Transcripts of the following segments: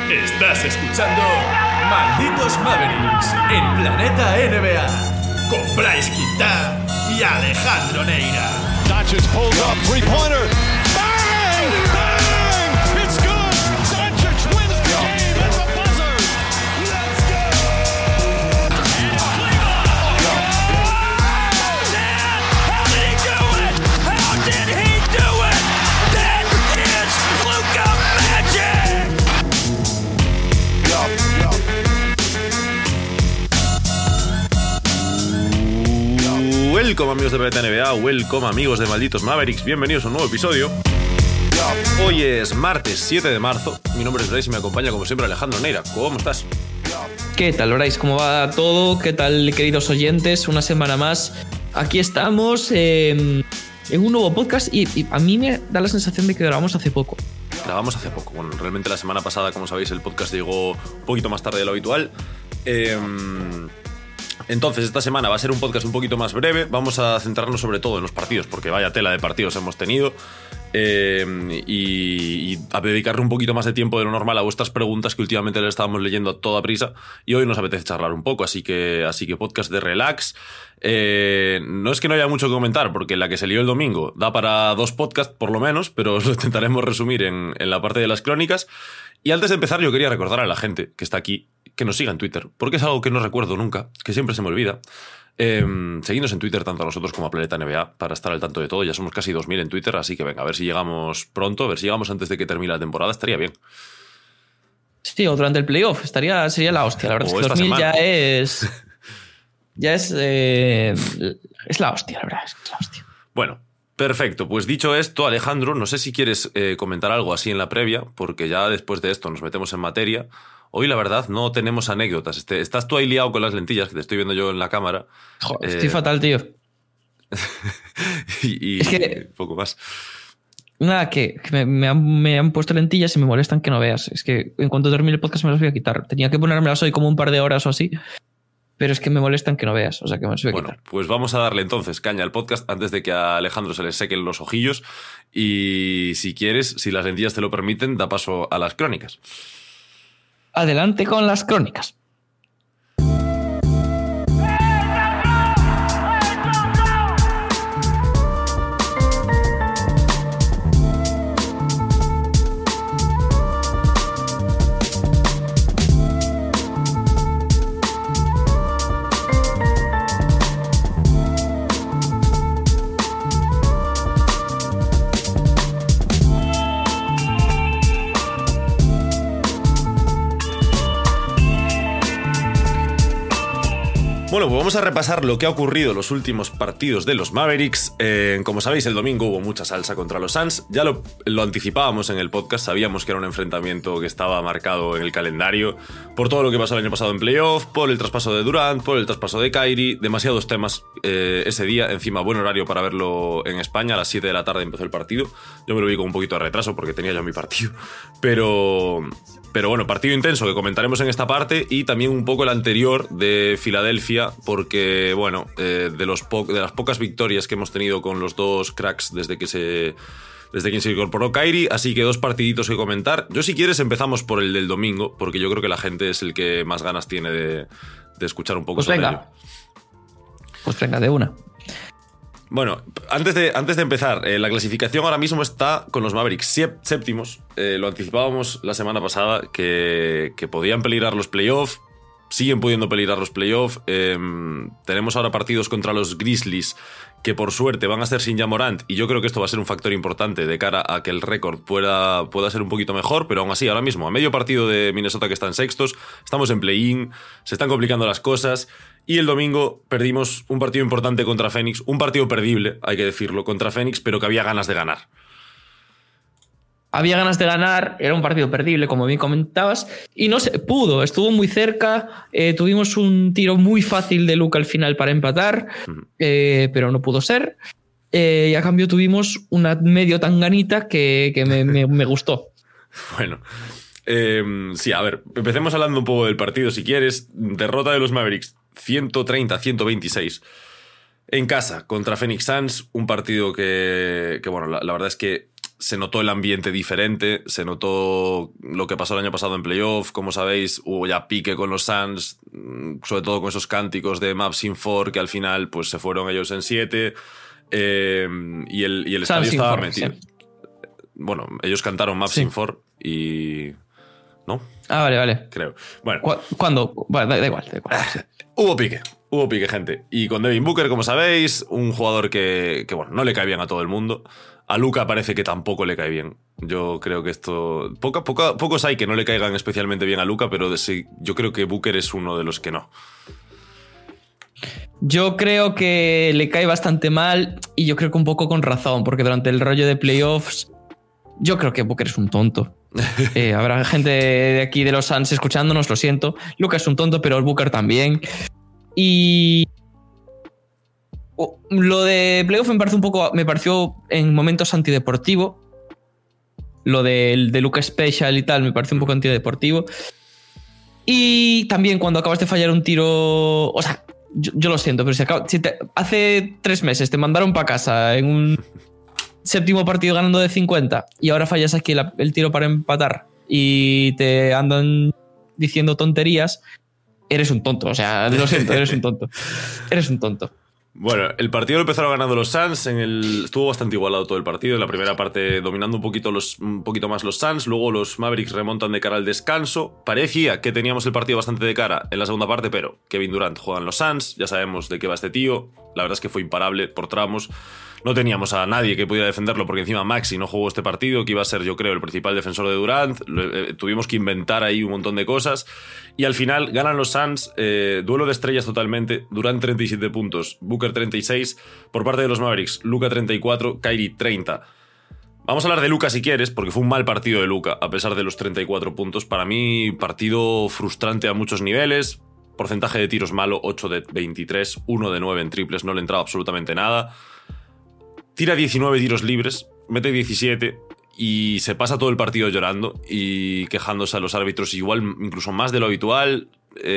Estás escuchando Malditos Mavericks en Planeta NBA con Bryce Quintana y Alejandro Neira. Doncic pulls up, three-pointer. Bang! Bang! It's good! Doncic wins the game at the buzzer. Let's go! And how did he do it? How did he do it? That is Luka Magic! Welcome amigos de Planeta NBA, welcome amigos de Malditos Mavericks, bienvenidos a un nuevo episodio. Hoy es martes 7 de marzo, mi nombre es Bryce y me acompaña como siempre Alejandro Neira. ¿Cómo estás? ¿Qué tal, Bryce? ¿Cómo va todo? ¿Qué tal, queridos oyentes? Una semana más. Aquí estamos en un nuevo podcast y a mí me da la sensación de que grabamos hace poco. Grabamos hace poco. Bueno, realmente la semana pasada, como sabéis, el podcast llegó un poquito más tarde de lo habitual. Entonces, esta semana va a ser un podcast un poquito más breve. Vamos a centrarnos sobre todo en los partidos, porque vaya tela de partidos hemos tenido. Y a dedicarle un poquito más de tiempo de lo normal a vuestras preguntas, que últimamente le estábamos leyendo a toda prisa y hoy nos apetece charlar un poco, así que podcast de relax. No es que no haya mucho que comentar, porque la que se lió el domingo da para 2 podcasts por lo menos, pero os lo intentaremos resumir en la parte de las crónicas. Y antes de empezar, yo quería recordar a la gente que está aquí que nos siga en Twitter, porque es algo que no recuerdo nunca, que siempre se me olvida. Seguidnos en Twitter tanto a nosotros como a Planeta NBA para estar al tanto de todo. Ya somos casi 2000 en Twitter, así que venga, a ver si llegamos pronto, a ver si llegamos antes de que termine la temporada, estaría bien. Sí, o durante el playoff, sería la hostia. La verdad es que 2000 semana. Es la hostia, la verdad, es la hostia. Bueno, perfecto. Pues dicho esto, Alejandro, no sé si quieres comentar algo así en la previa, porque ya después de esto nos metemos en materia. Hoy, la verdad, no tenemos anécdotas. Estás tú ahí liado con las lentillas, que te estoy viendo yo en la cámara. Joder, estoy fatal, tío. y es que poco más. Nada, que me han puesto lentillas y me molestan que no veas. Es que en cuanto termine el podcast me las voy a quitar. Tenía que ponérmelas hoy como un par de horas o así, pero es que me molestan que no veas. O sea, que me las voy a quitar. Bueno, pues vamos a darle entonces caña al podcast antes de que a Alejandro se le sequen los ojillos. Y si quieres, si las lentillas te lo permiten, da paso a las crónicas. Adelante con las crónicas. Bueno, pues vamos a repasar lo que ha ocurrido en los últimos partidos de los Mavericks. Como sabéis, el domingo hubo mucha salsa contra los Suns. Ya lo anticipábamos en el podcast, sabíamos que era un enfrentamiento que estaba marcado en el calendario por todo lo que pasó el año pasado en playoff, por el traspaso de Durant, por el traspaso de Kyrie, demasiados temas ese día. Encima, buen horario para verlo en España, a las 7 de la tarde empezó el partido. Yo me lo vi con un poquito de retraso porque tenía ya mi partido. Pero bueno, partido intenso que comentaremos en esta parte y también un poco el anterior de Filadelfia porque, bueno, de las pocas victorias que hemos tenido con los dos cracks desde quien se incorporó Kyrie, así que 2 partiditos que comentar. Yo, si quieres, empezamos por el del domingo, porque yo creo que la gente es el que más ganas tiene de escuchar un poco sobre ello. Pues venga, de una. Bueno, antes de empezar, la clasificación ahora mismo está con los Mavericks séptimos. Lo anticipábamos la semana pasada que podían peligrar los playoffs. Siguen pudiendo peligrar los playoffs. Tenemos ahora partidos contra los Grizzlies que por suerte van a ser sin Ja Morant y yo creo que esto va a ser un factor importante de cara a que el récord pueda ser un poquito mejor, pero aún así, ahora mismo, a medio partido de Minnesota que están sextos, estamos en play-in, se están complicando las cosas y el domingo perdimos un partido importante contra Phoenix, un partido perdible, hay que decirlo, contra Phoenix, pero que había ganas de ganar. Había ganas de ganar, era un partido perdible, como bien comentabas, y no se pudo, estuvo muy cerca, tuvimos un tiro muy fácil de Luka al final para empatar, pero no pudo ser, y a cambio tuvimos una medio tanganita que me gustó. Bueno, sí, a ver, empecemos hablando un poco del partido, si quieres. Derrota de los Mavericks, 130-126. En casa, contra Phoenix Suns, un partido que bueno, la verdad es que se notó el ambiente diferente, se notó lo que pasó el año pasado en playoff. Como sabéis, hubo ya pique con los Suns, sobre todo con esos cánticos de Mavs in 4, que al final pues se fueron ellos en 7, y el estadio estaba metido. Sí. Bueno, ellos cantaron Mavs in 4 y... ¿no? Ah, vale. Creo. Bueno. ¿Cuándo? Bueno, da igual. Hubo pique, gente. Y con Devin Booker, como sabéis, un jugador que bueno, no le cae bien a todo el mundo. A Luka parece que tampoco le cae bien. Yo creo que esto... Pocos hay que no le caigan especialmente bien a Luka, pero yo creo que Booker es uno de los que no. Yo creo que le cae bastante mal, y yo creo que un poco con razón, porque durante el rollo de playoffs yo creo que Booker es un tonto. Habrá gente de aquí de los Suns escuchándonos, lo siento. Luka es un tonto, pero el Booker también. Y lo de playoff me pareció en momentos antideportivo. Lo de Luka Special y tal me pareció un poco antideportivo. Y también cuando acabas de fallar un tiro, o sea, yo lo siento, pero hace 3 meses te mandaron para casa en un séptimo partido ganando de 50 y ahora fallas aquí el tiro para empatar y te andan diciendo tonterías, eres un tonto. O sea, lo siento, eres un tonto. Eres un tonto. Bueno, el partido lo empezaron ganando los Suns. Estuvo bastante igualado todo el partido. En la primera parte dominando un poquito más los Suns. Luego los Mavericks remontan de cara al descanso. Parecía que teníamos el partido bastante de cara en la segunda parte, pero Kevin Durant juega en los Suns. Ya sabemos de qué va este tío. La verdad es que fue imparable por tramos. No teníamos a nadie que pudiera defenderlo, porque encima Maxi no jugó este partido, que iba a ser, yo creo, el principal defensor de Durant. Tuvimos que inventar ahí un montón de cosas. Y al final ganan los Suns, duelo de estrellas totalmente. Durant 37 puntos, Booker 36. Por parte de los Mavericks, Luka 34, Kyrie 30. Vamos a hablar de Luka si quieres, porque fue un mal partido de Luka, a pesar de los 34 puntos. Para mí, partido frustrante a muchos niveles. Porcentaje de tiros malo, 8 de 23, 1 de 9 en triples, no le entraba absolutamente nada. Tira 19 tiros libres, mete 17 y se pasa todo el partido llorando y quejándose a los árbitros, igual incluso más de lo habitual.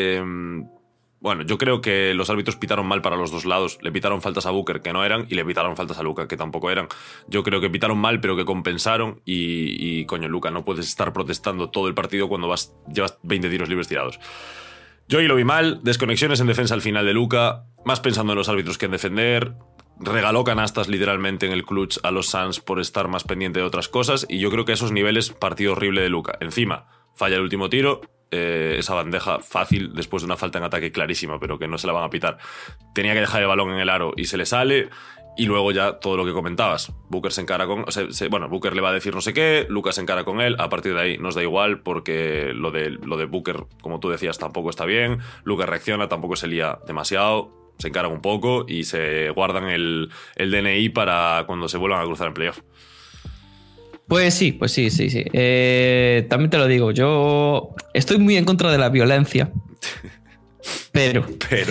Bueno, yo creo que los árbitros pitaron mal para los dos lados. Le pitaron faltas a Booker que no eran y le pitaron faltas a Luka que tampoco eran. Yo creo que pitaron mal pero que compensaron y coño, Luka, no puedes estar protestando todo el partido cuando llevas 20 tiros libres tirados. Yo ahí lo vi mal, desconexiones en defensa al final de Luka, más pensando en los árbitros que en defender. Regaló canastas literalmente en el clutch a los Suns por estar más pendiente de otras cosas y yo creo que a esos niveles partido horrible de Luka. Encima, falla el último tiro, esa bandeja fácil después de una falta en ataque clarísima, pero que no se la van a pitar. Tenía que dejar el balón en el aro y se le sale, y luego ya todo lo que comentabas. Booker se encara con... Booker le va a decir no sé qué, Luka se encara con él, a partir de ahí nos da igual porque lo de Booker, como tú decías, tampoco está bien. Luka reacciona, tampoco se lía demasiado. Se encaran un poco y se guardan el DNI para cuando se vuelvan a cruzar en playoff. Pues sí. También te lo digo, yo estoy muy en contra de la violencia. Pero.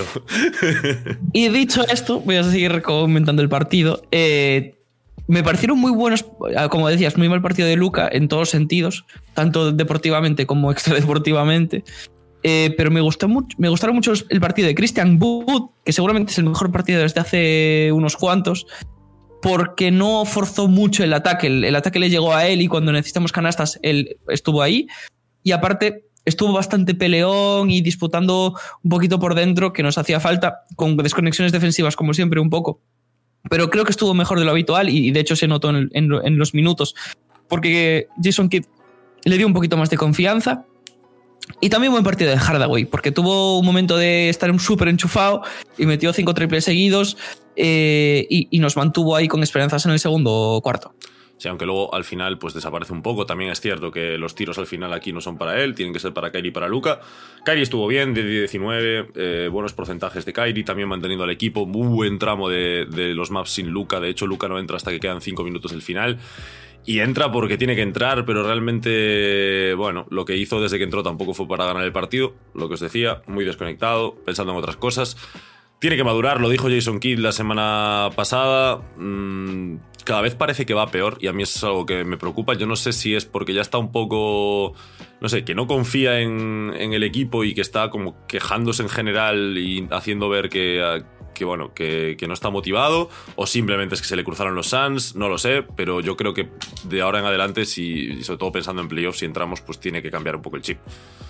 Y dicho esto, voy a seguir comentando el partido. Me parecieron muy buenos, como decías, muy mal partido de Luka en todos sentidos, tanto deportivamente como extradeportivamente. Pero me gustaron mucho el partido de Christian Wood, que seguramente es el mejor partido desde hace unos cuantos, porque no forzó mucho el ataque. El ataque le llegó a él y cuando necesitamos canastas él estuvo ahí, y aparte estuvo bastante peleón y disputando un poquito por dentro, que nos hacía falta, con desconexiones defensivas como siempre un poco, pero creo que estuvo mejor de lo habitual y de hecho se notó en los minutos, porque Jason Kidd le dio un poquito más de confianza. Y también buen partido de Hardaway, porque tuvo un momento de estar súper enchufado y metió 5 triples seguidos, y nos mantuvo ahí con esperanzas en el segundo cuarto. Sí, aunque luego al final pues desaparece un poco. También es cierto que los tiros al final aquí no son para él, tienen que ser para Kyrie y para Luka. Kyrie estuvo bien, de 19, buenos porcentajes de Kyrie, también manteniendo al equipo. Muy buen tramo de los Mavs sin Luka. De hecho, Luka no entra hasta que quedan 5 minutos del final. Y entra porque tiene que entrar, pero realmente, bueno, lo que hizo desde que entró tampoco fue para ganar el partido. Lo que os decía, muy desconectado, pensando en otras cosas. Tiene que madurar, lo dijo Jason Kidd la semana pasada. Cada vez parece que va peor y a mí es algo que me preocupa. Yo no sé si es porque ya está un poco... No sé, que no confía en el equipo y que está como quejándose en general y haciendo ver que bueno, que no está motivado, o simplemente es que se le cruzaron los Suns, no lo sé, pero yo creo que de ahora en adelante, sobre todo pensando en playoffs, si entramos, pues tiene que cambiar un poco el chip.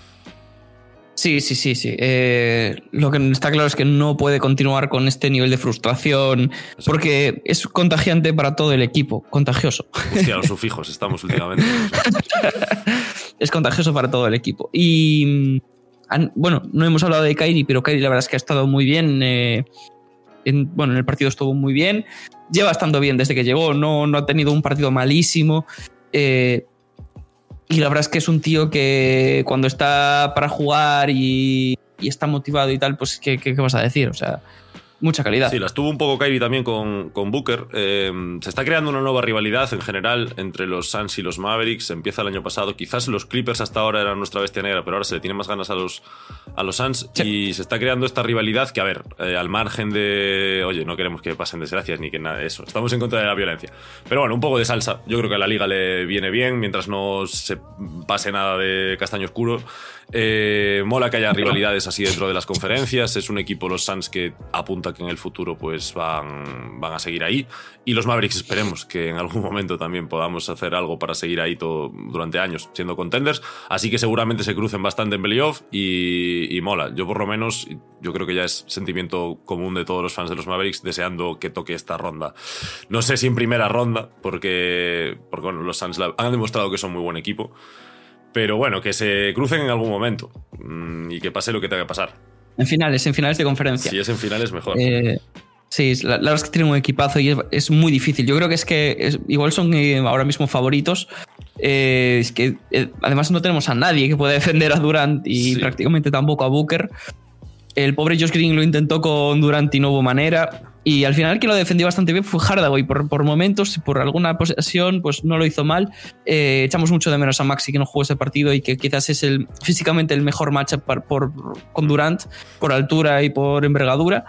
Sí. Lo que está claro es que no puede continuar con este nivel de frustración, porque es contagiante para todo el equipo, contagioso. Hostia, los sufijos estamos últimamente. Es contagioso para todo el equipo. Y bueno, no hemos hablado de Kyrie, pero Kyrie la verdad es que ha estado muy bien. En el partido estuvo muy bien. Lleva estando bien desde que llegó, no ha tenido un partido malísimo. Y la verdad es que es un tío que cuando está para jugar y está motivado y tal, pues ¿qué vas a decir? O sea, mucha calidad. Sí, las tuvo un poco Kyrie también con Booker. Se está creando una nueva rivalidad en general entre los Suns y los Mavericks. Empieza el año pasado. Quizás los Clippers hasta ahora eran nuestra bestia negra, pero ahora se le tiene más ganas a los Suns. Sí. Y se está creando esta rivalidad que, a ver, al margen de... Oye, no queremos que pasen desgracias ni que nada de eso. Estamos en contra de la violencia. Pero bueno, un poco de salsa. Yo creo que a la liga le viene bien mientras no se pase nada de castaño oscuro. Mola que haya rivalidades así dentro de las conferencias. Es un equipo, los Suns, que apunta que en el futuro pues van a seguir ahí, y los Mavericks esperemos que en algún momento también podamos hacer algo para seguir ahí durante años siendo contenders, así que seguramente se crucen bastante en playoff y mola. Yo por lo menos, yo creo que ya es sentimiento común de todos los fans de los Mavericks deseando que toque esta ronda. No sé si en primera ronda, porque bueno, los Suns han demostrado que son muy buen equipo, pero bueno, que se crucen en algún momento y que pase lo que tenga que pasar. En finales de conferencia. Si es en finales, mejor. Sí, la verdad es que tienen un equipazo y es muy difícil. Yo creo que igual son ahora mismo favoritos. Es que además no tenemos a nadie que pueda defender a Durant y prácticamente tampoco a Booker. El pobre Josh Green lo intentó con Durant y no hubo manera. Y al final quien lo defendió bastante bien fue Hardaway. Por momentos, por alguna posesión, pues no lo hizo mal. Echamos mucho de menos a Maxi, que no jugó ese partido y que quizás es físicamente el mejor matchup con Durant, por altura y por envergadura.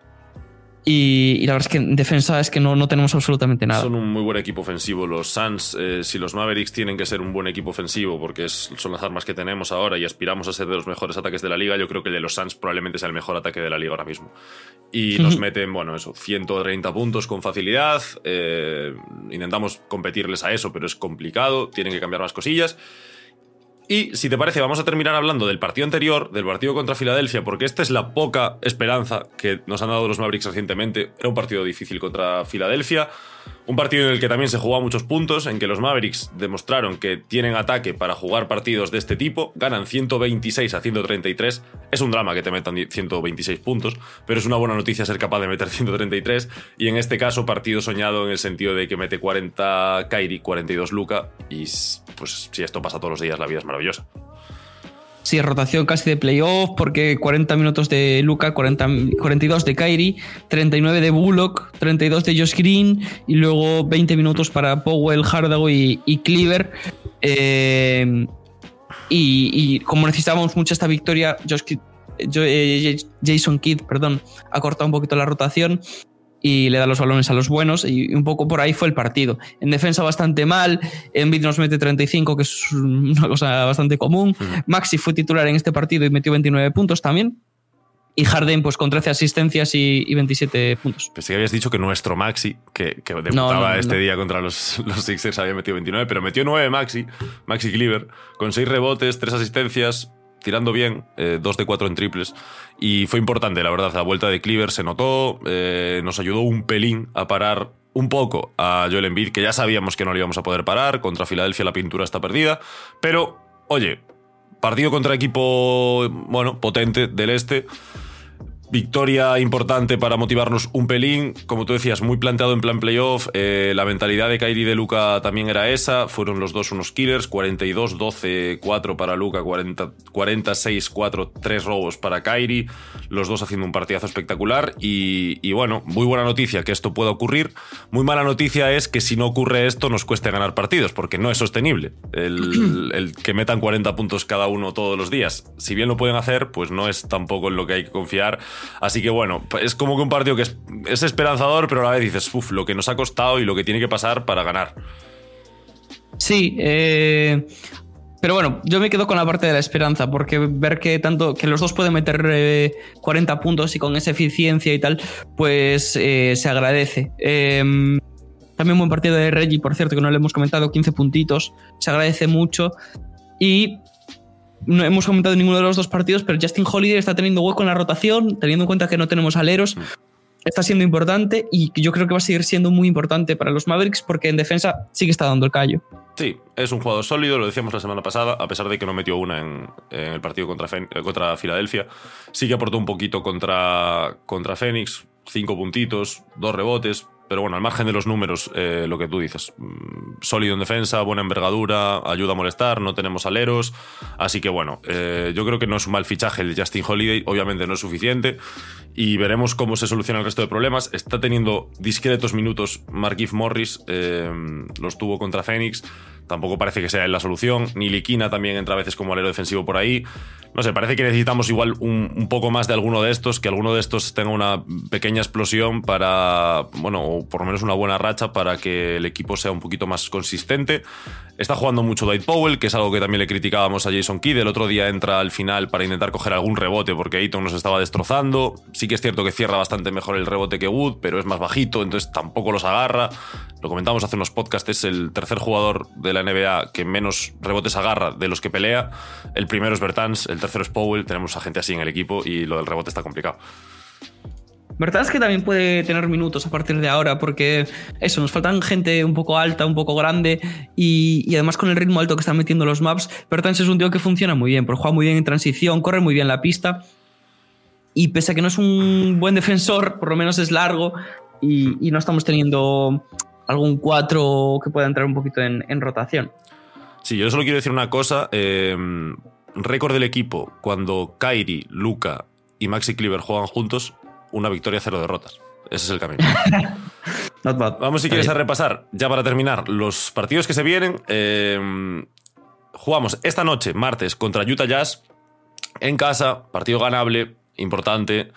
Y la verdad es que en defensa es que no tenemos absolutamente nada. Son un muy buen equipo ofensivo los Suns. Si los Mavericks tienen que ser un buen equipo ofensivo, porque son las armas que tenemos ahora y aspiramos a ser de los mejores ataques de la liga, yo creo que el de los Suns probablemente sea el mejor ataque de la liga ahora mismo. Y nos meten, 130 puntos con facilidad. Intentamos competirles a eso, pero es complicado. Tienen que cambiar más cosillas. Y, si te parece, vamos a terminar hablando del partido anterior, del partido contra Filadelfia, porque esta es la poca esperanza que nos han dado los Mavericks recientemente. Era un partido difícil contra Filadelfia, un partido en el que también se jugó a muchos puntos, en que los Mavericks demostraron que tienen ataque para jugar partidos de este tipo, ganan 126 a 133, es un drama que te metan 126 puntos, pero es una buena noticia ser capaz de meter 133, y en este caso partido soñado en el sentido de que mete 40 Kyrie, 42 Luka, y pues si esto pasa todos los días la vida es maravillosa. Sí, rotación casi de playoff, porque 40 minutos de Luka, 42 de Kyrie, 39 de Bullock, 32 de Josh Green y luego 20 minutos para Powell, Hardaway y Cleaver. Y como necesitábamos mucho esta victoria, Jason Kidd, ha cortado un poquito la rotación y le da los balones a los buenos, y un poco por ahí fue el partido. En defensa bastante mal, Embiid nos mete 35, que es una cosa bastante común. Maxi fue titular en este partido y metió 29 puntos también. Y Harden pues con 13 asistencias y 27 puntos. Pensé que habías dicho que nuestro Maxi, que debutaba este día contra los Sixers, había metido 29, pero metió 9 Maxi Cleaver, con 6 rebotes, 3 asistencias, tirando bien, 2 de 4 en triples, y fue importante, la verdad. La vuelta de Cleaver se notó, nos ayudó un pelín a parar un poco a Joel Embiid, que ya sabíamos que no lo íbamos a poder parar. Contra Filadelfia la pintura está perdida, pero oye, partido contra equipo potente del este, victoria importante para motivarnos un pelín, como tú decías, muy planteado en plan playoff. La mentalidad de Kyrie y de Luka también era esa. Fueron los dos unos killers, 42, 12, 4 para Luka, 46, 4, 3 robos para Kyrie, los dos haciendo un partidazo espectacular. Y bueno, muy buena noticia que esto pueda ocurrir. Muy mala noticia es que si no ocurre esto nos cueste ganar partidos, porque no es sostenible el que metan 40 puntos cada uno todos los días. Si bien lo pueden hacer, pues no es tampoco en lo que hay que confiar. Así que bueno, es como que un partido que es esperanzador, pero a la vez dices, lo que nos ha costado y lo que tiene que pasar para ganar. Sí, Pero bueno, yo me quedo con la parte de la esperanza, porque ver que los dos pueden meter 40 puntos y con esa eficiencia y tal, pues se agradece. También buen partido de Reggie, por cierto, que no le hemos comentado, 15 puntitos, se agradece mucho. Y no hemos comentado ninguno de los dos partidos, pero Justin Holiday está teniendo hueco en la rotación, teniendo en cuenta que no tenemos aleros. Está siendo importante y yo creo que va a seguir siendo muy importante para los Mavericks porque en defensa sí que está dando el callo. Sí, es un jugador sólido, lo decíamos la semana pasada, a pesar de que no metió una en el partido contra Filadelfia. Sí que aportó un poquito contra Phoenix, 5 puntitos, 2 rebotes. Pero bueno, al margen de los números, lo que tú dices, sólido en defensa, buena envergadura, ayuda a molestar, no tenemos aleros, así que bueno, yo creo que no es un mal fichaje el Justin Holiday, obviamente no es suficiente y veremos cómo se soluciona el resto de problemas. Está teniendo discretos minutos Markieff Morris, los tuvo contra Phoenix, tampoco parece que sea la solución, ni Likina también entra a veces como alero defensivo por ahí. No sé, parece que necesitamos igual un poco más de alguno de estos, que alguno de estos tenga una pequeña explosión para, bueno, o por lo menos una buena racha para que el equipo sea un poquito más consistente. Está jugando mucho Dwight Powell, que es algo que también le criticábamos a Jason Kidd. El otro día entra al final para intentar coger algún rebote porque Ayton nos estaba destrozando. Sí que es cierto que cierra bastante mejor el rebote que Wood, pero es más bajito, entonces tampoco los agarra. Lo comentamos hace unos podcasts, es el tercer jugador de la NBA que menos rebotes agarra de los que pelea. El primero es Bertans, el tercero es Powell. Tenemos a gente así en el equipo y lo del rebote está complicado. Verdad es que también puede tener minutos a partir de ahora porque eso, nos faltan gente un poco alta, un poco grande y además con el ritmo alto que están metiendo los maps, Bertans es un tío que funciona muy bien, porque juega muy bien en transición, corre muy bien la pista y pese a que no es un buen defensor, por lo menos es largo y no estamos teniendo algún 4 que pueda entrar un poquito en rotación. Sí, yo solo quiero decir una cosa, récord del equipo cuando Kyrie, Luka y Maxi Kleber juegan juntos, una victoria, 0 derrotas. Ese es el camino. Not bad. Vamos, si quieres, a repasar, ya para terminar, los partidos que se vienen. Jugamos esta noche, martes, contra Utah Jazz, en casa, partido ganable, importante.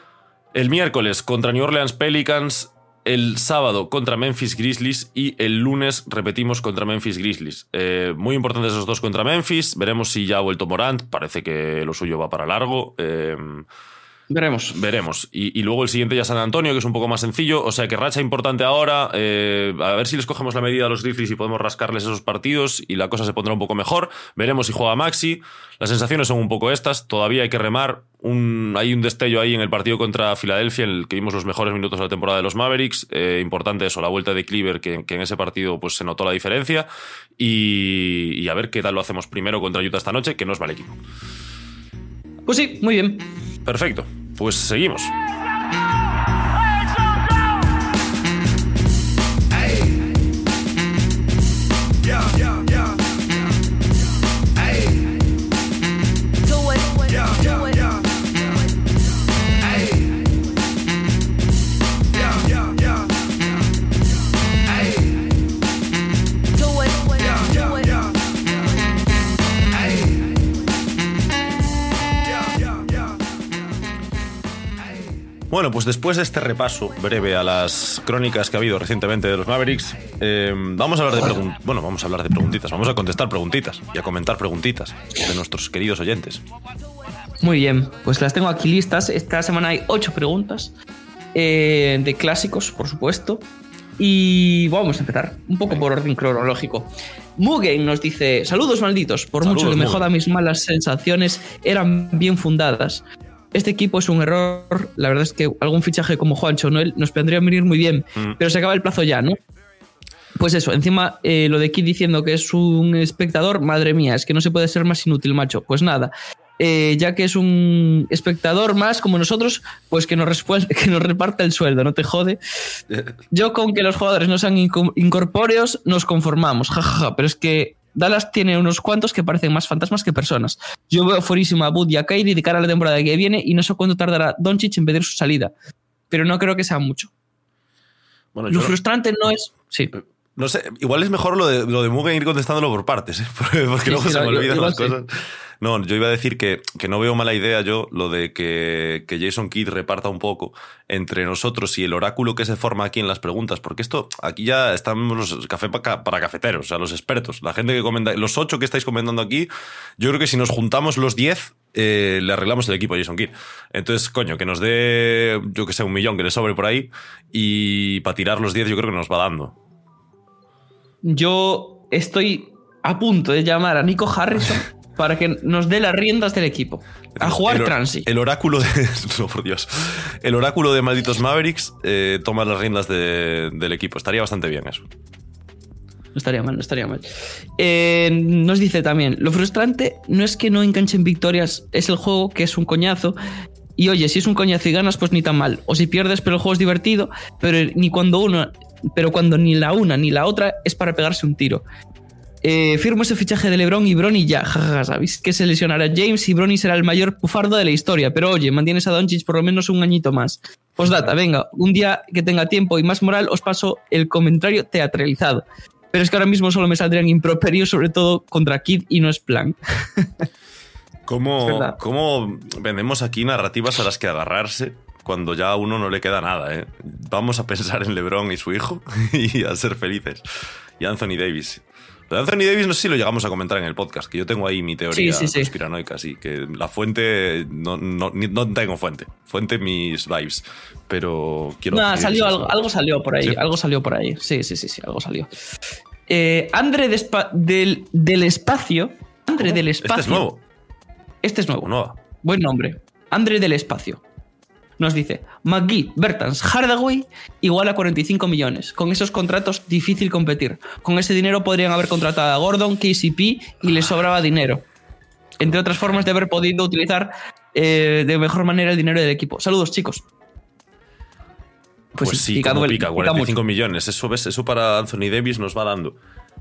El miércoles contra New Orleans Pelicans, el sábado contra Memphis Grizzlies y el lunes repetimos contra Memphis Grizzlies. Muy importantes esos dos contra Memphis. Veremos si ya ha vuelto Morant. Parece que lo suyo va para largo. Veremos. Y luego el siguiente ya San Antonio, que es un poco más sencillo. O sea que racha importante ahora. A ver si les cogemos la medida a los Grizzlies y podemos rascarles esos partidos y la cosa se pondrá un poco mejor. Veremos si juega Maxi. Las sensaciones son un poco estas. Todavía hay que remar. Hay un destello ahí en el partido contra Filadelfia en el que vimos los mejores minutos de la temporada de los Mavericks. Importante eso, la vuelta de Kleber, que en ese partido pues, se notó la diferencia. Y a ver qué tal lo hacemos primero contra Utah esta noche, que no es mal equipo. Pues sí, muy bien. Perfecto. Pues seguimos. Bueno, pues después de este repaso breve a las crónicas que ha habido recientemente de los Mavericks, vamos a hablar de preguntitas, vamos a contestar preguntitas y a comentar preguntitas de nuestros queridos oyentes. Muy bien, pues las tengo aquí listas. Esta semana hay 8 preguntas de clásicos, por supuesto. Y vamos a empezar un poco por orden cronológico. Mugen nos dice: saludos malditos, por mucho que me joda, mis malas sensaciones eran bien fundadas. Este equipo es un error. La verdad es que algún fichaje como Juancho Noel nos vendría a venir muy bien, pero se acaba el plazo ya, ¿no? Pues eso, encima lo de Kid diciendo que es un espectador, madre mía, es que no se puede ser más inútil, macho. Pues nada, ya que es un espectador más como nosotros, pues que nos reparta el sueldo, no te jode. Yo con que los jugadores no sean incorpóreos nos conformamos, jajaja, pero es que Dallas tiene unos cuantos que parecen más fantasmas que personas. Yo veo furísimo a Bud y a Kyrie de cara a la temporada que viene y no sé cuánto tardará Doncic en pedir su salida, pero no creo que sea mucho. Bueno, lo frustrante no es... Sí. No sé, igual es mejor lo de Mugen ir contestándolo por partes, porque luego se me olvidan las cosas. No, yo iba a decir que no veo mala idea yo lo de que Jason Kidd reparta un poco entre nosotros y el oráculo que se forma aquí en las preguntas, porque esto, aquí ya estamos los café para cafeteros, o sea, los expertos, la gente que comenta, los 8 que estáis comentando aquí, yo creo que si nos juntamos los 10, le arreglamos el equipo a Jason Kidd. Entonces, coño, que nos dé, yo que sé, 1 millón que le sobre por ahí, y para tirar los 10 yo creo que nos va dando. Yo estoy a punto de llamar a Nico Harrison para que nos dé las riendas del equipo. A jugar Transi. El oráculo de... No, por Dios. El oráculo de Malditos Mavericks toma las riendas del equipo. Estaría bastante bien eso. No estaría mal, no estaría mal. Nos dice también, lo frustrante no es que no enganchen victorias, es el juego que es un coñazo. Y oye, si es un coñazo y ganas, pues ni tan mal. O si pierdes, pero el juego es divertido, pero cuando ni la una ni la otra es para pegarse un tiro. Firmo ese fichaje de LeBron y Bronny ya. Jajaja, sabéis que se lesionará James y Bronny será el mayor pufardo de la historia. Pero oye, mantienes a Doncic por lo menos un añito más. Postdata, venga, un día que tenga tiempo y más moral os paso el comentario teatralizado. Pero es que ahora mismo solo me saldrían improperios, sobre todo contra Kidd, y no es plan. ¿Cómo vendemos aquí narrativas a las que agarrarse cuando ya a uno no le queda nada, ¿eh? Vamos a pensar en LeBron y su hijo y a ser felices. Y Anthony Davis. Lo de Anthony Davis no sé si lo llegamos a comentar en el podcast, que yo tengo ahí mi teoría conspiranoica, sí, que la fuente, no tengo fuente mis vibes, pero quiero... No, algo salió por ahí, ¿sí? Algo salió por ahí, sí, algo salió. Andre del Espacio. Andre del Espacio. Este es nuevo. Este es nuevo. Nueva. Buen nombre. Andre del Espacio. Nos dice, McGee, Bertans, Hardaway igual a 45 millones. Con esos contratos difícil competir. Con ese dinero podrían haber contratado a Gordon, KCP y les sobraba dinero. Entre otras formas de haber podido utilizar de mejor manera el dinero del equipo. Saludos, chicos. Pues sí, pica 45 millones. Eso, ¿ves? Eso para Anthony Davis nos va dando.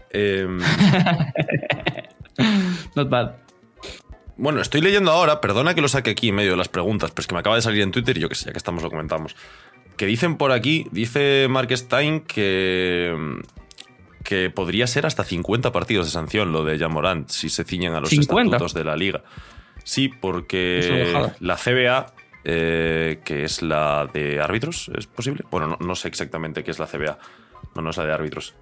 Not bad. Bueno, estoy leyendo ahora, perdona que lo saque aquí en medio de las preguntas, pero es que me acaba de salir en Twitter y yo que sé, ya que estamos lo comentamos. Que dicen por aquí, dice Mark Stein que podría ser hasta 50 partidos de sanción lo de Ja Morant si se ciñen a los 50 estatutos de la liga. Sí, porque la CBA, que es la de árbitros, ¿es posible? Bueno, no sé exactamente qué es la CBA. No es la de árbitros.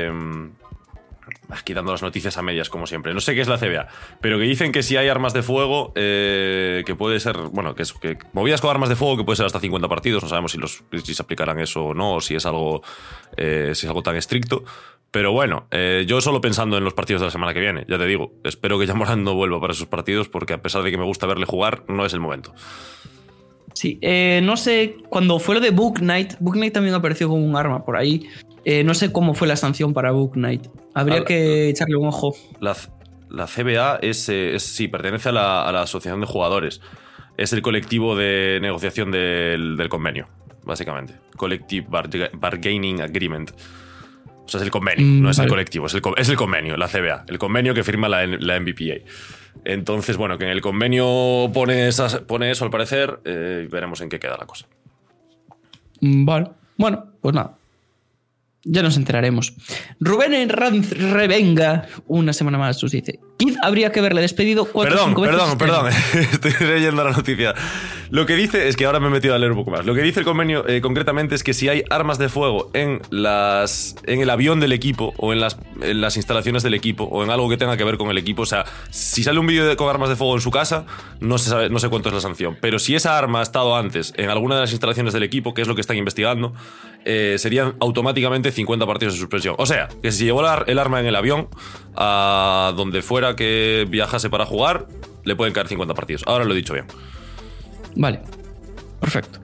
Aquí dando las noticias a medias, como siempre. No sé qué es la CBA, pero que dicen que si hay armas de fuego, que puede ser, bueno, que movidas con armas de fuego que puede ser hasta 50 partidos. No sabemos si se aplicarán eso o no, o si es algo tan estricto. Pero bueno, yo solo pensando en los partidos de la semana que viene, ya te digo, espero que Ja Morant no vuelva para esos partidos, porque a pesar de que me gusta verle jugar, no es el momento. Sí, no sé, cuando fue lo de Book Knight también apareció con un arma por ahí. No sé cómo fue la sanción para Book Knight. Habría que echarle un ojo. La CBA sí, pertenece a la Asociación de Jugadores. Es el colectivo de negociación del convenio, básicamente. Collective Bargaining Agreement. O sea, es el convenio, no es el colectivo, es el convenio, la CBA. El convenio que firma la NBPA. Entonces, bueno, que en el convenio pone eso al parecer, veremos en qué queda la cosa. Vale. Bueno, pues nada. Ya nos enteraremos. Rubén Herranz Revenga, una semana más, nos dice: Kidd habría que haberle despedido 4 o 5 veces. Perdón. Estoy leyendo la noticia. Lo que dice es que ahora me he metido a leer un poco más. Lo que dice el convenio concretamente es que si hay armas de fuego en el avión del equipo o en las instalaciones del equipo o en algo que tenga que ver con el equipo, o sea, si sale un vídeo con armas de fuego en su casa, no sé cuánto es la sanción. Pero si esa arma ha estado antes en alguna de las instalaciones del equipo, que es lo que están investigando, serían automáticamente 50 partidos de suspensión. O sea, que si llevó el arma en el avión a donde fuera que viajase para jugar, le pueden caer 50 partidos. Ahora lo he dicho bien. Vale, perfecto.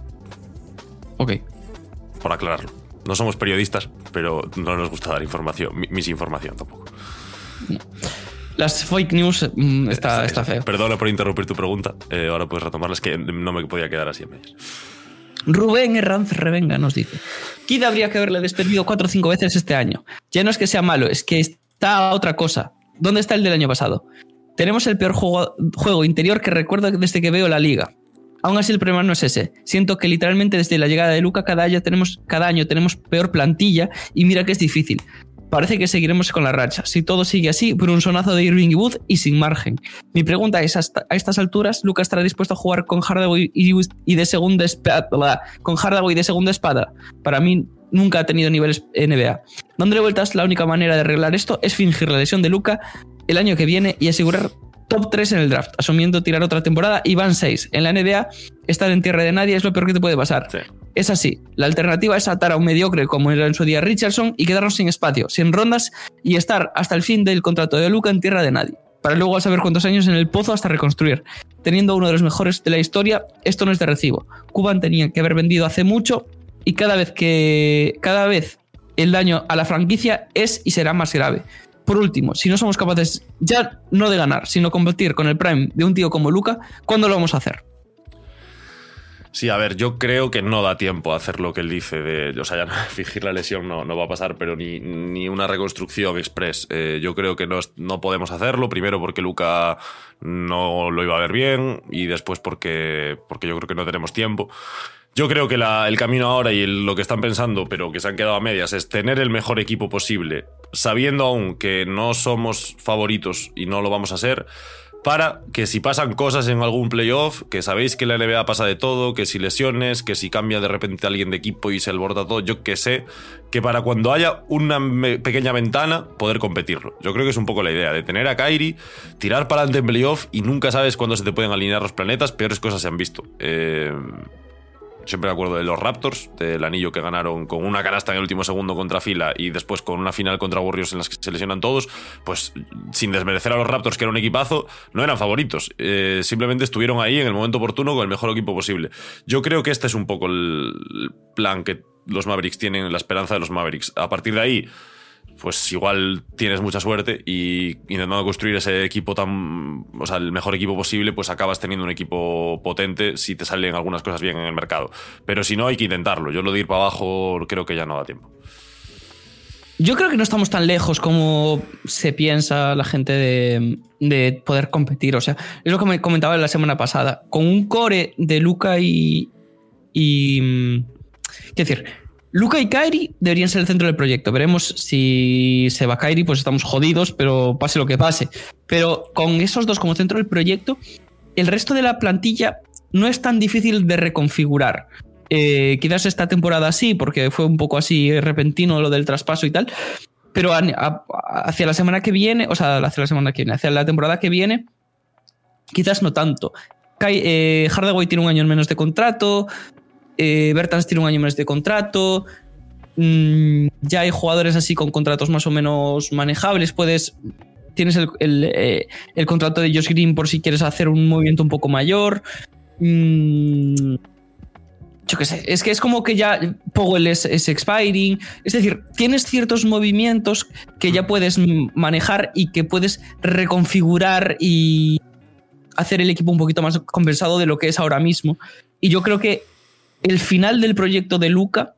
Ok. Por aclararlo. No somos periodistas, pero no nos gusta dar información, misinformación tampoco. No. Las fake news está feo. Perdona por interrumpir tu pregunta. Ahora puedes retomarla, es que no me podía quedar así en medias. Rubén Herranz Revenga nos dice: Kidd habría que haberle despedido 4 o 5 veces este año. Ya no es que sea malo, es que está otra cosa. ¿Dónde está el del año pasado? Tenemos el peor juego interior que recuerdo desde que veo la liga. Aún así el problema no es ese. Siento que literalmente desde la llegada de Luka cada año tenemos peor plantilla y mira que es difícil. Parece que seguiremos con la racha. Si todo sigue así, por un sonazo de Irving y Wood y sin margen. Mi pregunta es, a estas alturas, ¿Luka estará dispuesto a jugar con Hardaway y de segunda espada? Para mí, nunca ha tenido niveles NBA. Dándole vueltas, la única manera de arreglar esto es fingir la lesión de Luka el año que viene y asegurar top 3 en el draft, asumiendo tirar otra temporada y van 6. En la NBA, estar en tierra de nadie es lo peor que te puede pasar. Sí. Es así. La alternativa es atar a un mediocre como era en su día Richardson y quedarnos sin espacio, sin rondas y estar hasta el fin del contrato de Luka en tierra de nadie, para luego a saber cuántos años en el pozo hasta reconstruir. Teniendo uno de los mejores de la historia, esto no es de recibo. Cuban tenía que haber vendido hace mucho y cada vez el daño a la franquicia es y será más grave. Por último, si no somos capaces ya no de ganar, sino competir con el prime de un tío como Luka, ¿cuándo lo vamos a hacer? Sí, a ver, yo creo que no da tiempo a hacer lo que él dice, o sea, ya fingir la lesión no va a pasar, pero ni una reconstrucción express. Yo creo que no podemos hacerlo, primero porque Luka no lo iba a ver bien y después porque yo creo que no tenemos tiempo. Yo creo que el camino ahora y lo que están pensando, pero que se han quedado a medias, es tener el mejor equipo posible, sabiendo aún que no somos favoritos y no lo vamos a ser, para que si pasan cosas en algún playoff, que sabéis que la NBA pasa de todo, que si lesiones, que si cambia de repente alguien de equipo y se alborota todo, yo que sé, que para cuando haya una pequeña ventana, poder competirlo. Yo creo que es un poco la idea, de tener a Kyrie, tirar para adelante en playoff y nunca sabes cuándo se te pueden alinear los planetas, peores cosas se han visto. Siempre me acuerdo de los Raptors, del anillo que ganaron con una canasta en el último segundo contra Fila y después con una final contra Warriors en las que se lesionan todos, pues sin desmerecer a los Raptors, que era un equipazo, no eran favoritos. Simplemente estuvieron ahí en el momento oportuno con el mejor equipo posible. Yo creo que este es un poco el plan que los Mavericks tienen, la esperanza de los Mavericks. A partir de ahí, pues igual tienes mucha suerte y intentando construir ese equipo el mejor equipo posible, pues acabas teniendo un equipo potente si te salen algunas cosas bien en el mercado. Pero si no, hay que intentarlo. Yo lo de ir para abajo creo que ya no da tiempo. Yo creo que no estamos tan lejos como se piensa la gente de poder competir. O sea, es lo que me comentaba la semana pasada. Con un core de Luka y ¿qué decir? Luka y Kyrie deberían ser el centro del proyecto. Veremos si se va Kyrie, pues estamos jodidos, pero pase lo que pase. Pero con esos dos como centro del proyecto, el resto de la plantilla no es tan difícil de reconfigurar. Quizás esta temporada sí, porque fue un poco así repentino lo del traspaso y tal, pero hacia la temporada que viene, quizás no tanto. Hardaway tiene un año menos de contrato, Bertans tiene un año menos de contrato, ya hay jugadores así con contratos más o menos manejables. Tienes el contrato de Josh Green por si quieres hacer un movimiento un poco mayor. Yo qué sé, es que es como que ya Powell es expiring, es decir, tienes ciertos movimientos que ya puedes manejar y que puedes reconfigurar y hacer el equipo un poquito más compensado de lo que es ahora mismo. Y yo creo que el final del proyecto de Luka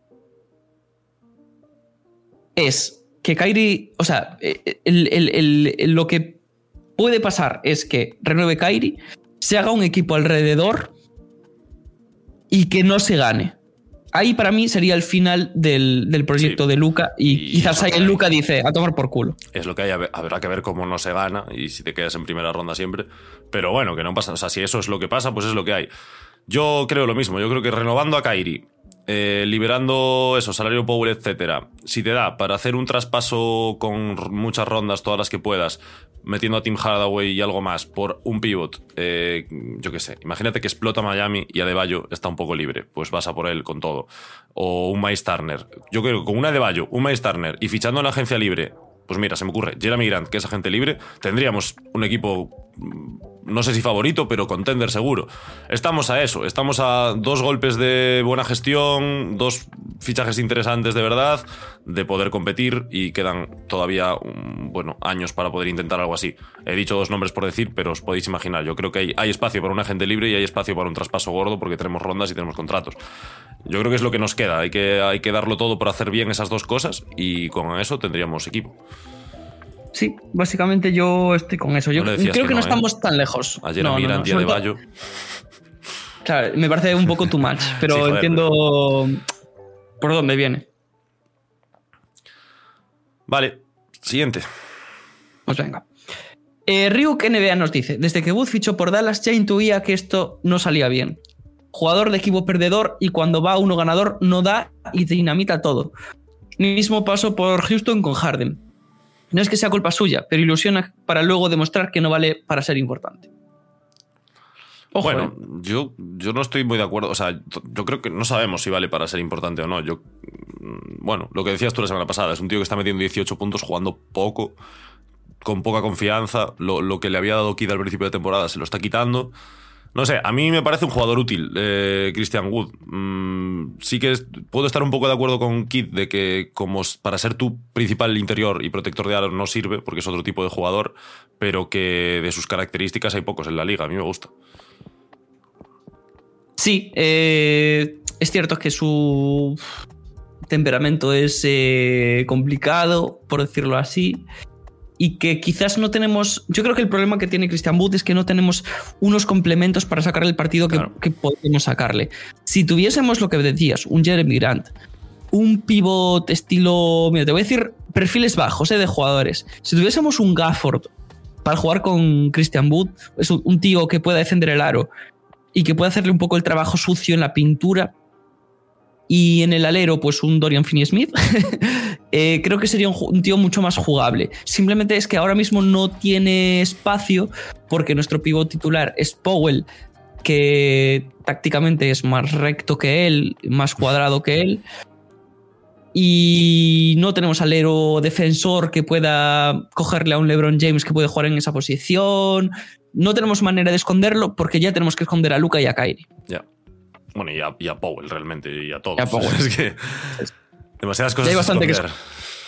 es que Kyrie, o sea, lo que puede pasar es que renueve Kyrie, se haga un equipo alrededor y que no se gane. Ahí para mí sería el final del proyecto de Luka y quizás ahí el Luka dice a tomar por culo. Es lo que hay, habrá que ver cómo no se gana y si te quedas en primera ronda siempre. Pero bueno, que no pasa. O sea, si eso es lo que pasa, pues es lo que hay. Yo creo lo mismo. Yo creo que renovando a Kyrie, liberando eso, salario Powell, etcétera, si te da para hacer un traspaso con muchas rondas, todas las que puedas, metiendo a Tim Hardaway y algo más por un pivot, yo qué sé, imagínate que explota Miami y Adebayo está un poco libre, pues vas a por él con todo. O un Miles Turner. Yo creo que con un Adebayo, un Miles Turner y fichando en la agencia libre, pues mira, se me ocurre, Jeremy Grant, que es agente libre, tendríamos un equipo, no sé si favorito, pero contender seguro. Estamos a eso, estamos a 2 golpes de buena gestión, 2 fichajes interesantes de verdad, de poder competir y quedan todavía, años para poder intentar algo así. He dicho 2 nombres por decir, pero os podéis imaginar, yo creo que hay espacio para un agente libre y hay espacio para un traspaso gordo porque tenemos rondas y tenemos contratos. Yo creo que es lo que nos queda, hay que darlo todo por hacer bien esas 2 cosas y con eso tendríamos equipo. Sí, básicamente yo estoy con eso. Yo creo que no estamos tan lejos. Ayer a Migrant y a Adebayo. Claro, me parece un poco too much, pero sí, entiendo por dónde viene. Vale, siguiente. Pues venga. Ryuk NBA nos dice: desde que Wood fichó por Dallas ya intuía que esto no salía bien. Jugador de equipo perdedor y cuando va uno ganador no da y dinamita todo. Mismo paso por Houston con Harden. No es que sea culpa suya, pero ilusiona para luego demostrar que no vale para ser importante. Ojo, bueno, yo no estoy muy de acuerdo. O sea, yo creo que no sabemos si vale para ser importante o no. Bueno, lo que decías tú la semana pasada, es un tío que está metiendo 18 puntos jugando poco, con poca confianza. Lo que le había dado Kidd al principio de temporada se lo está quitando. No sé, a mí me parece un jugador útil, Christian Wood. Sí que puedo estar un poco de acuerdo con Kidd de que como para ser tu principal interior y protector de aro no sirve, porque es otro tipo de jugador, pero que de sus características hay pocos en la liga. A mí me gusta. Sí, es cierto que su temperamento es complicado, por decirlo así, y que quizás no tenemos... Yo creo que el problema que tiene Christian Wood es que no tenemos unos complementos para sacarle el partido que podemos sacarle. Si tuviésemos lo que decías, un Jeremy Grant, un pivot estilo... Mira, te voy a decir perfiles bajos de jugadores. Si tuviésemos un Gafford para jugar con Christian Wood, es un tío que pueda defender el aro y que pueda hacerle un poco el trabajo sucio en la pintura, y en el alero pues un Dorian Finney-Smith, creo que sería un tío mucho más jugable. Simplemente es que ahora mismo no tiene espacio porque nuestro pivot titular es Powell, que tácticamente es más recto que él, más cuadrado que él, y no tenemos alero defensor que pueda cogerle a un LeBron James que puede jugar en esa posición. No tenemos manera de esconderlo porque ya tenemos que esconder a Luka y a Kyrie. Ya. Bueno, y a Powell realmente, y a todos. Y a Powell. Es que demasiadas cosas hay bastante que esconder.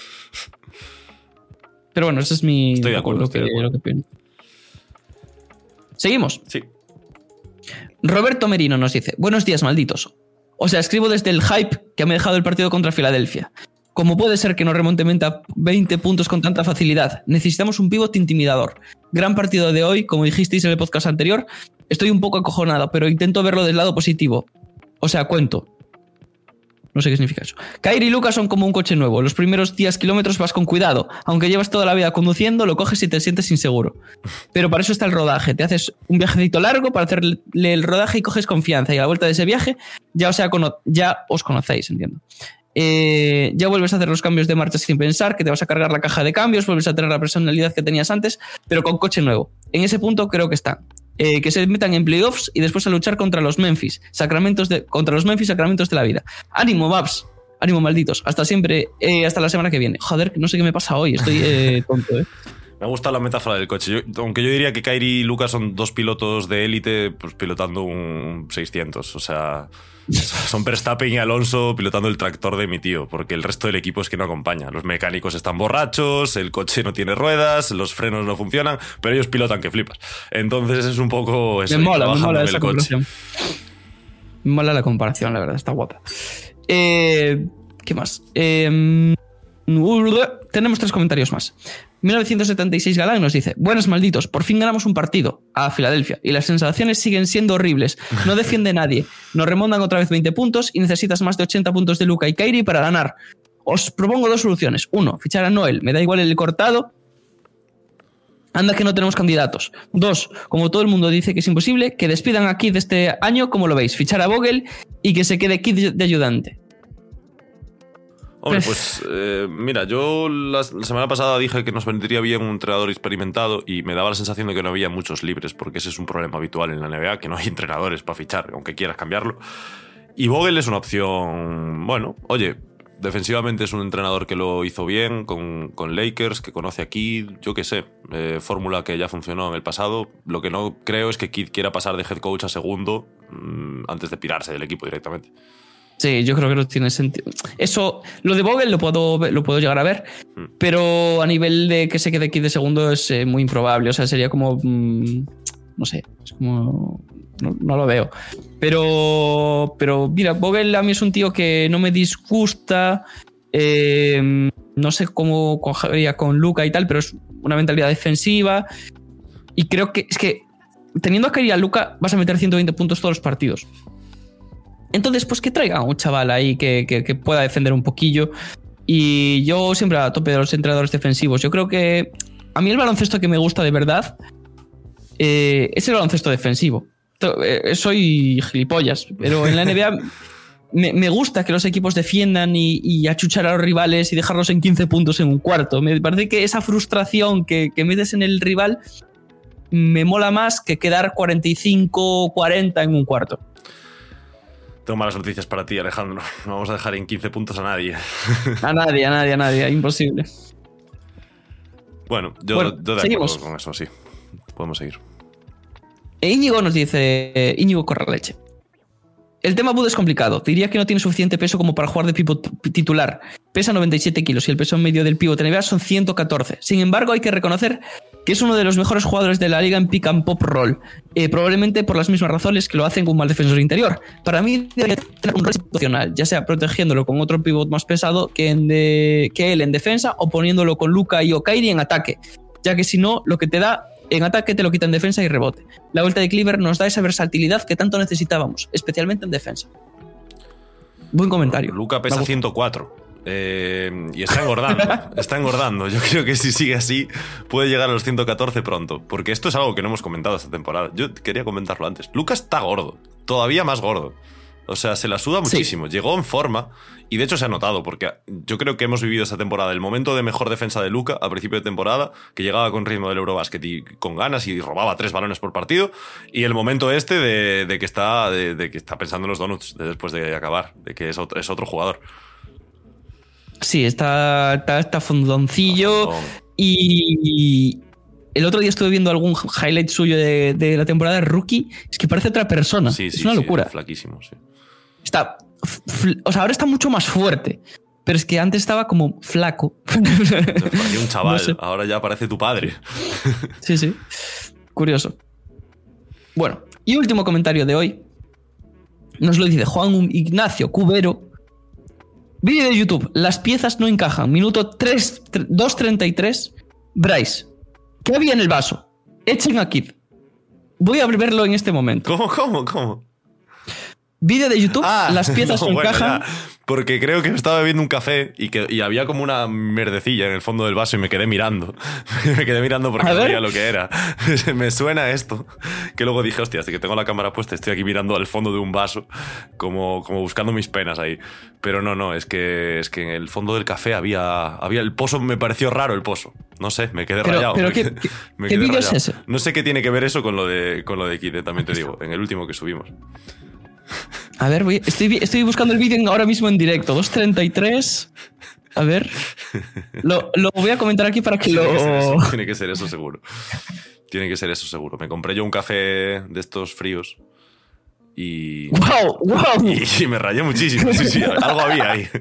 Pero bueno, ese es mi... Estoy de acuerdo. Lo que pienso. ¿Seguimos? Sí. Roberto Merino nos dice: buenos días, malditos. O sea, escribo desde el hype que me ha dejado el partido contra Filadelfia. ¿Cómo puede ser que nos remonte 20 puntos con tanta facilidad? Necesitamos un pívot intimidador. Gran partido de hoy, como dijisteis en el podcast anterior. Estoy un poco acojonado, pero intento verlo del lado positivo. O sea, cuento. No sé qué significa eso. Kyrie y Luka son como un coche nuevo. Los primeros 10 kilómetros vas con cuidado. Aunque llevas toda la vida conduciendo, lo coges y te sientes inseguro. Pero para eso está el rodaje. Te haces un viajecito largo para hacerle el rodaje y coges confianza. Y a la vuelta de ese viaje ya os conocéis, entiendo. Ya vuelves a hacer los cambios de marcha sin pensar, que te vas a cargar la caja de cambios, vuelves a tener la personalidad que tenías antes, pero con coche nuevo. En ese punto creo que están. Que se metan en playoffs y después a luchar contra los Memphis Sacramentos de la vida. Ánimo, Babs. Ánimo, malditos. Hasta siempre. Hasta la semana que viene. Joder, no sé qué me pasa hoy. Estoy tonto, Me gusta la metáfora del coche. Aunque yo diría que Kyrie y Luka son dos pilotos de élite, pues pilotando un 600. O sea, son Verstappen y Alonso pilotando el tractor de mi tío, porque el resto del equipo es que no acompaña. Los mecánicos están borrachos, el coche no tiene ruedas, los frenos no funcionan, pero ellos pilotan que flipas. Entonces es un poco eso. Me mola esa comparación. Me mola la comparación, la verdad, está guapa. ¿Qué más? Tenemos 3 comentarios más. 1976 Galán nos dice: buenas, malditos, por fin ganamos un partido a Filadelfia y las sensaciones siguen siendo horribles. No defiende nadie. Nos remontan otra vez 20 puntos y necesitas más de 80 puntos de Luka y Kyrie para ganar. Os propongo 2 soluciones. 1, fichar a Noel. Me da igual el cortado. Anda que no tenemos candidatos. 2, como todo el mundo dice que es imposible, que despidan a Kidd este año, como lo veis. Fichar a Vogel y que se quede Kidd de ayudante. Hombre, pues mira, yo la semana pasada dije que nos vendría bien un entrenador experimentado y me daba la sensación de que no había muchos libres, porque ese es un problema habitual en la NBA, que no hay entrenadores para fichar, aunque quieras cambiarlo. Y Vogel es una opción, bueno, oye, defensivamente es un entrenador que lo hizo bien con Lakers, que conoce a Kidd, yo qué sé, fórmula que ya funcionó en el pasado. Lo que no creo es que Kidd quiera pasar de head coach a segundo antes de pirarse del equipo directamente. Sí, yo creo que no tiene sentido. Eso, lo de Vogel lo puedo llegar a ver, pero a nivel de que se quede Kidd de segundo es muy improbable. O sea, sería como... no sé, es como... No lo veo. Pero mira, Vogel a mí es un tío que no me disgusta. No sé cómo cogería con Luka y tal, pero es una mentalidad defensiva. Y creo que es que teniendo a Kyrie y a Luka vas a meter 120 puntos todos los partidos. Entonces, pues que traiga a un chaval ahí que pueda defender un poquillo Y yo siempre a tope de los entrenadores defensivos. Yo creo que a mí el baloncesto que me gusta de verdad es el baloncesto defensivo. Soy gilipollas, pero en la NBA me gusta que los equipos defiendan y achuchar a los rivales y dejarlos en 15 puntos en un cuarto. Me parece que esa frustración que metes en el rival me mola más que quedar 45-40 en un cuarto. Tengo malas noticias para ti, Alejandro. No vamos a dejar en 15 puntos a nadie. A nadie. Imposible. Bueno, yo de seguimos acuerdo con eso, sí. Podemos seguir. Íñigo nos dice... Íñigo Corraleche. El tema Bud es complicado. Diría que no tiene suficiente peso como para jugar de pivot titular. Pesa 97 kilos y el peso medio del pivot NBA son 114. Sin embargo, hay que reconocer que es uno de los mejores jugadores de la liga en pick and pop roll. Probablemente por las mismas razones que lo hacen con un mal defensor interior. Para mí debería tener un rol situacional, ya sea protegiéndolo con otro pivot más pesado que él en defensa o poniéndolo con Luka y Okairi en ataque. Ya que si no, lo que te da en ataque te lo quita en defensa y rebote. La vuelta de Cleaver nos da esa versatilidad que tanto necesitábamos, especialmente en defensa. Buen comentario. Luka pesa 104 y está engordando. Está engordando. Yo creo que si sigue así puede llegar a los 114 pronto, porque esto es algo que no hemos comentado esta temporada. Yo quería comentarlo antes. Luka está gordo, todavía más gordo. O sea, se la suda muchísimo. Sí. Llegó en forma y de hecho se ha notado, porque yo creo que hemos vivido esta temporada el momento de mejor defensa de Luka a principio de temporada, que llegaba con ritmo del Eurobasket y con ganas y robaba 3 balones por partido, y el momento este de que está pensando en los donuts después de acabar, de que es otro jugador. Sí, está fondoncillo y el otro día estuve viendo algún highlight suyo de la temporada de rookie. Es que parece otra persona. Sí, es una locura. Flaquísimo, sí. O sea, ahora está mucho más fuerte. Pero es que antes estaba como flaco. Parecía un chaval. No sé. Ahora ya parece tu padre. Sí. Curioso. Bueno, y último comentario de hoy. Nos lo dice Juan Ignacio Cubero. Vídeo de YouTube. Las piezas no encajan. Minuto 2:33. Bryce. ¿Qué había en el vaso? Echen a Kid. Voy a verlo en este momento. ¿Cómo? Vídeo de YouTube, las piezas no encajan. Ya, porque creo que estaba bebiendo un café y había como una mierdecilla en el fondo del vaso y me quedé mirando. Me quedé mirando porque no sabía lo que era. Me suena esto. Que luego dije, hostia, hasta que tengo la cámara puesta, estoy aquí mirando al fondo de un vaso, como buscando mis penas ahí. Pero no, es que en el fondo del café había el pozo, me pareció raro el pozo. No sé, me quedé rayado. ¿Pero qué vídeo es ese? No sé qué tiene que ver eso con lo de Kid, también te digo, en el último que subimos. A ver, estoy buscando el vídeo ahora mismo en directo. 2:33. A ver. Lo voy a comentar aquí para que Tiene que ser eso seguro. Me compré yo un café de estos fríos y... ¡Wow! Y me rayé muchísimo. Sí, algo había ahí.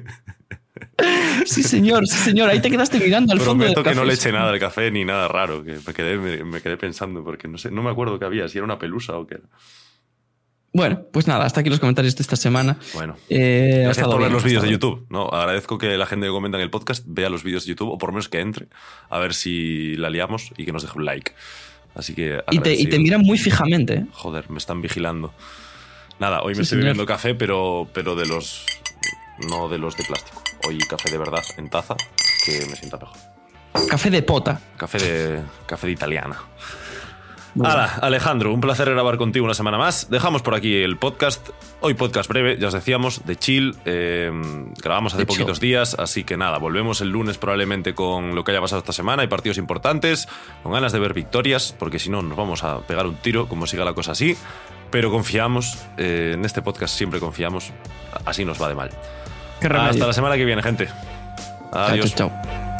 Sí, señor. Ahí te quedaste mirando al fondo del café. Prometo que no le eché nada al café ni nada raro. Que me quedé pensando porque no me acuerdo qué había. Si era una pelusa o qué era. Bueno, pues nada, hasta aquí los comentarios de esta semana. Bueno, gracias por ver los vídeos de YouTube. No, agradezco que la gente que comenta en el podcast vea los vídeos de YouTube, o por lo menos que entre, a ver si la liamos y que nos deje un like. Así que y te miran muy fijamente, ¿eh? Joder, me están vigilando. Nada, hoy me estoy bebiendo café, pero de los... no de los de plástico. Hoy café de verdad en taza, que me sienta mejor. Café de pota. Café de italiana. Hala, Alejandro, un placer grabar contigo una semana más. Dejamos por aquí el podcast. Hoy podcast breve, ya os decíamos, de chill. Grabamos hace poquitos días, así que nada, volvemos el lunes probablemente con lo que haya pasado esta semana. Hay partidos importantes, con ganas de ver victorias, porque si no nos vamos a pegar un tiro como siga la cosa así. Pero confiamos, en este podcast siempre confiamos, así nos va de mal. Qué remedio. Hasta la semana que viene, gente. Adiós. Chao.